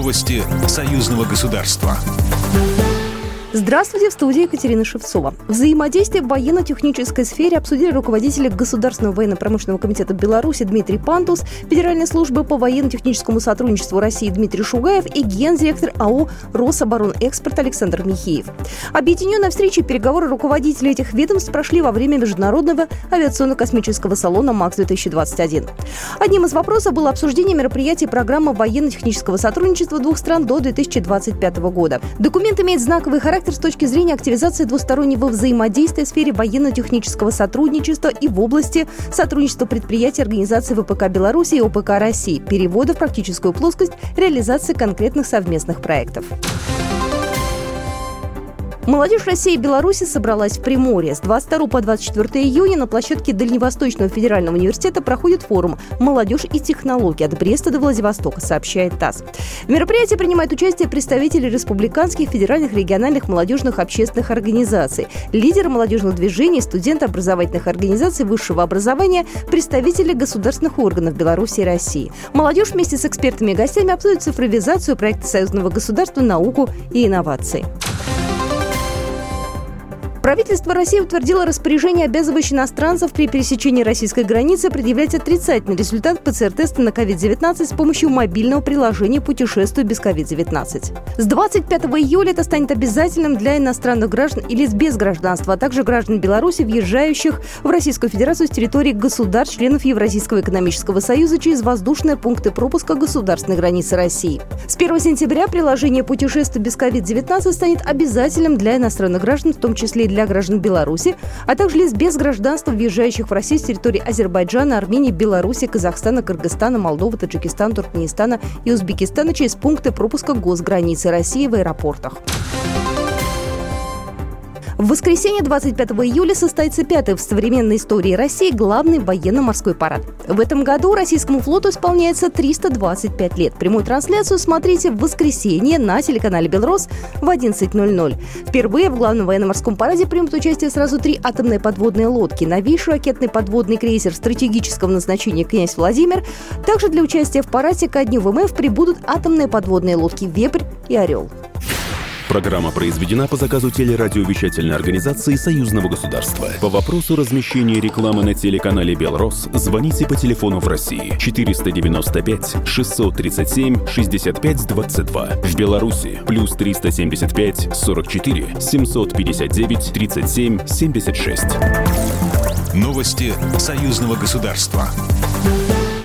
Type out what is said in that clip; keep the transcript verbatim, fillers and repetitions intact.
Новости союзного государства. Здравствуйте, в студии Екатерина Шевцова. Взаимодействие в военно-технической сфере обсудили руководители Государственного военно-промышленного комитета Беларуси Дмитрий Пантус, Федеральной службы по военно-техническому сотрудничеству России Дмитрий Шугаев и гендиректор АО «Рособоронэкспорт» Александр Михеев. Объединенная встреча и переговоры руководителей этих ведомств прошли во время Международного авиационно-космического салона МАКС-две тысячи двадцать один. Одним из вопросов было обсуждение мероприятий программы военно-технического сотрудничества двух стран до две тысячи двадцать пятого года. Документ имеет знаковый характер с точки зрения активизации двустороннего взаимодействия в сфере военно-технического сотрудничества и в области сотрудничества предприятий организации ВПК Беларуси и ОПК России, перевода в практическую плоскость реализации конкретных совместных проектов. Молодежь России и Беларуси собралась в Приморье. С двадцать второго по двадцать четвёртое июня на площадке Дальневосточного федерального университета проходит форум «Молодежь и технологии» от Бреста до Владивостока, сообщает ТАСС. В мероприятии принимают участие представители республиканских, федеральных, региональных молодежных общественных организаций, лидеры молодежных движений, студенты образовательных организаций высшего образования, представители государственных органов Беларуси и России. Молодежь вместе с экспертами и гостями обсудит цифровизацию, проекты союзного государства, науку и инновации. Правительство России утвердило распоряжение, обязывающее иностранцев при пересечении российской границы предъявлять отрицательный результат ПЦР-теста на ковид девятнадцать с помощью мобильного приложения «Путешествую без ковид девятнадцать». С двадцать пятого июля это станет обязательным для иностранных граждан и лиц без гражданства, а также граждан Беларуси, въезжающих в Российскую Федерацию с территории государств-членов Евразийского экономического союза через воздушные пункты пропуска государственной границы России. С первого сентября приложение «Путешествие без ковид девятнадцать» станет обязательным для иностранных граждан, в том числе и для для граждан Беларуси, а также лиц без гражданства, въезжающих в Россию с территории Азербайджана, Армении, Беларуси, Казахстана, Кыргызстана, Молдовы, Таджикистана, Туркменистана и Узбекистана через пункты пропуска госграницы России в аэропортах. В воскресенье двадцать пятого июля состоится пятый в современной истории России главный военно-морской парад. В этом году российскому флоту исполняется триста двадцать пять лет. Прямую трансляцию смотрите в воскресенье на телеканале «Белрос» в одиннадцать ноль ноль. Впервые в главном военно-морском параде примут участие сразу три атомные подводные лодки. Новейший ракетный подводный крейсер стратегического назначения «Князь Владимир». Также для участия в параде ко дню ВМФ прибудут атомные подводные лодки «Вепрь» и «Орел». Программа произведена по заказу телерадиовещательной организации Союзного государства. По вопросу размещения рекламы на телеканале «Белрос» звоните по телефону в России четыреста девяносто пять шестьсот тридцать семь шестьдесят пять двадцать два. В Беларуси плюс триста семьдесят пять сорок четыре семьсот пятьдесят девять тридцать семь семьдесят шесть. Новости союзного государства.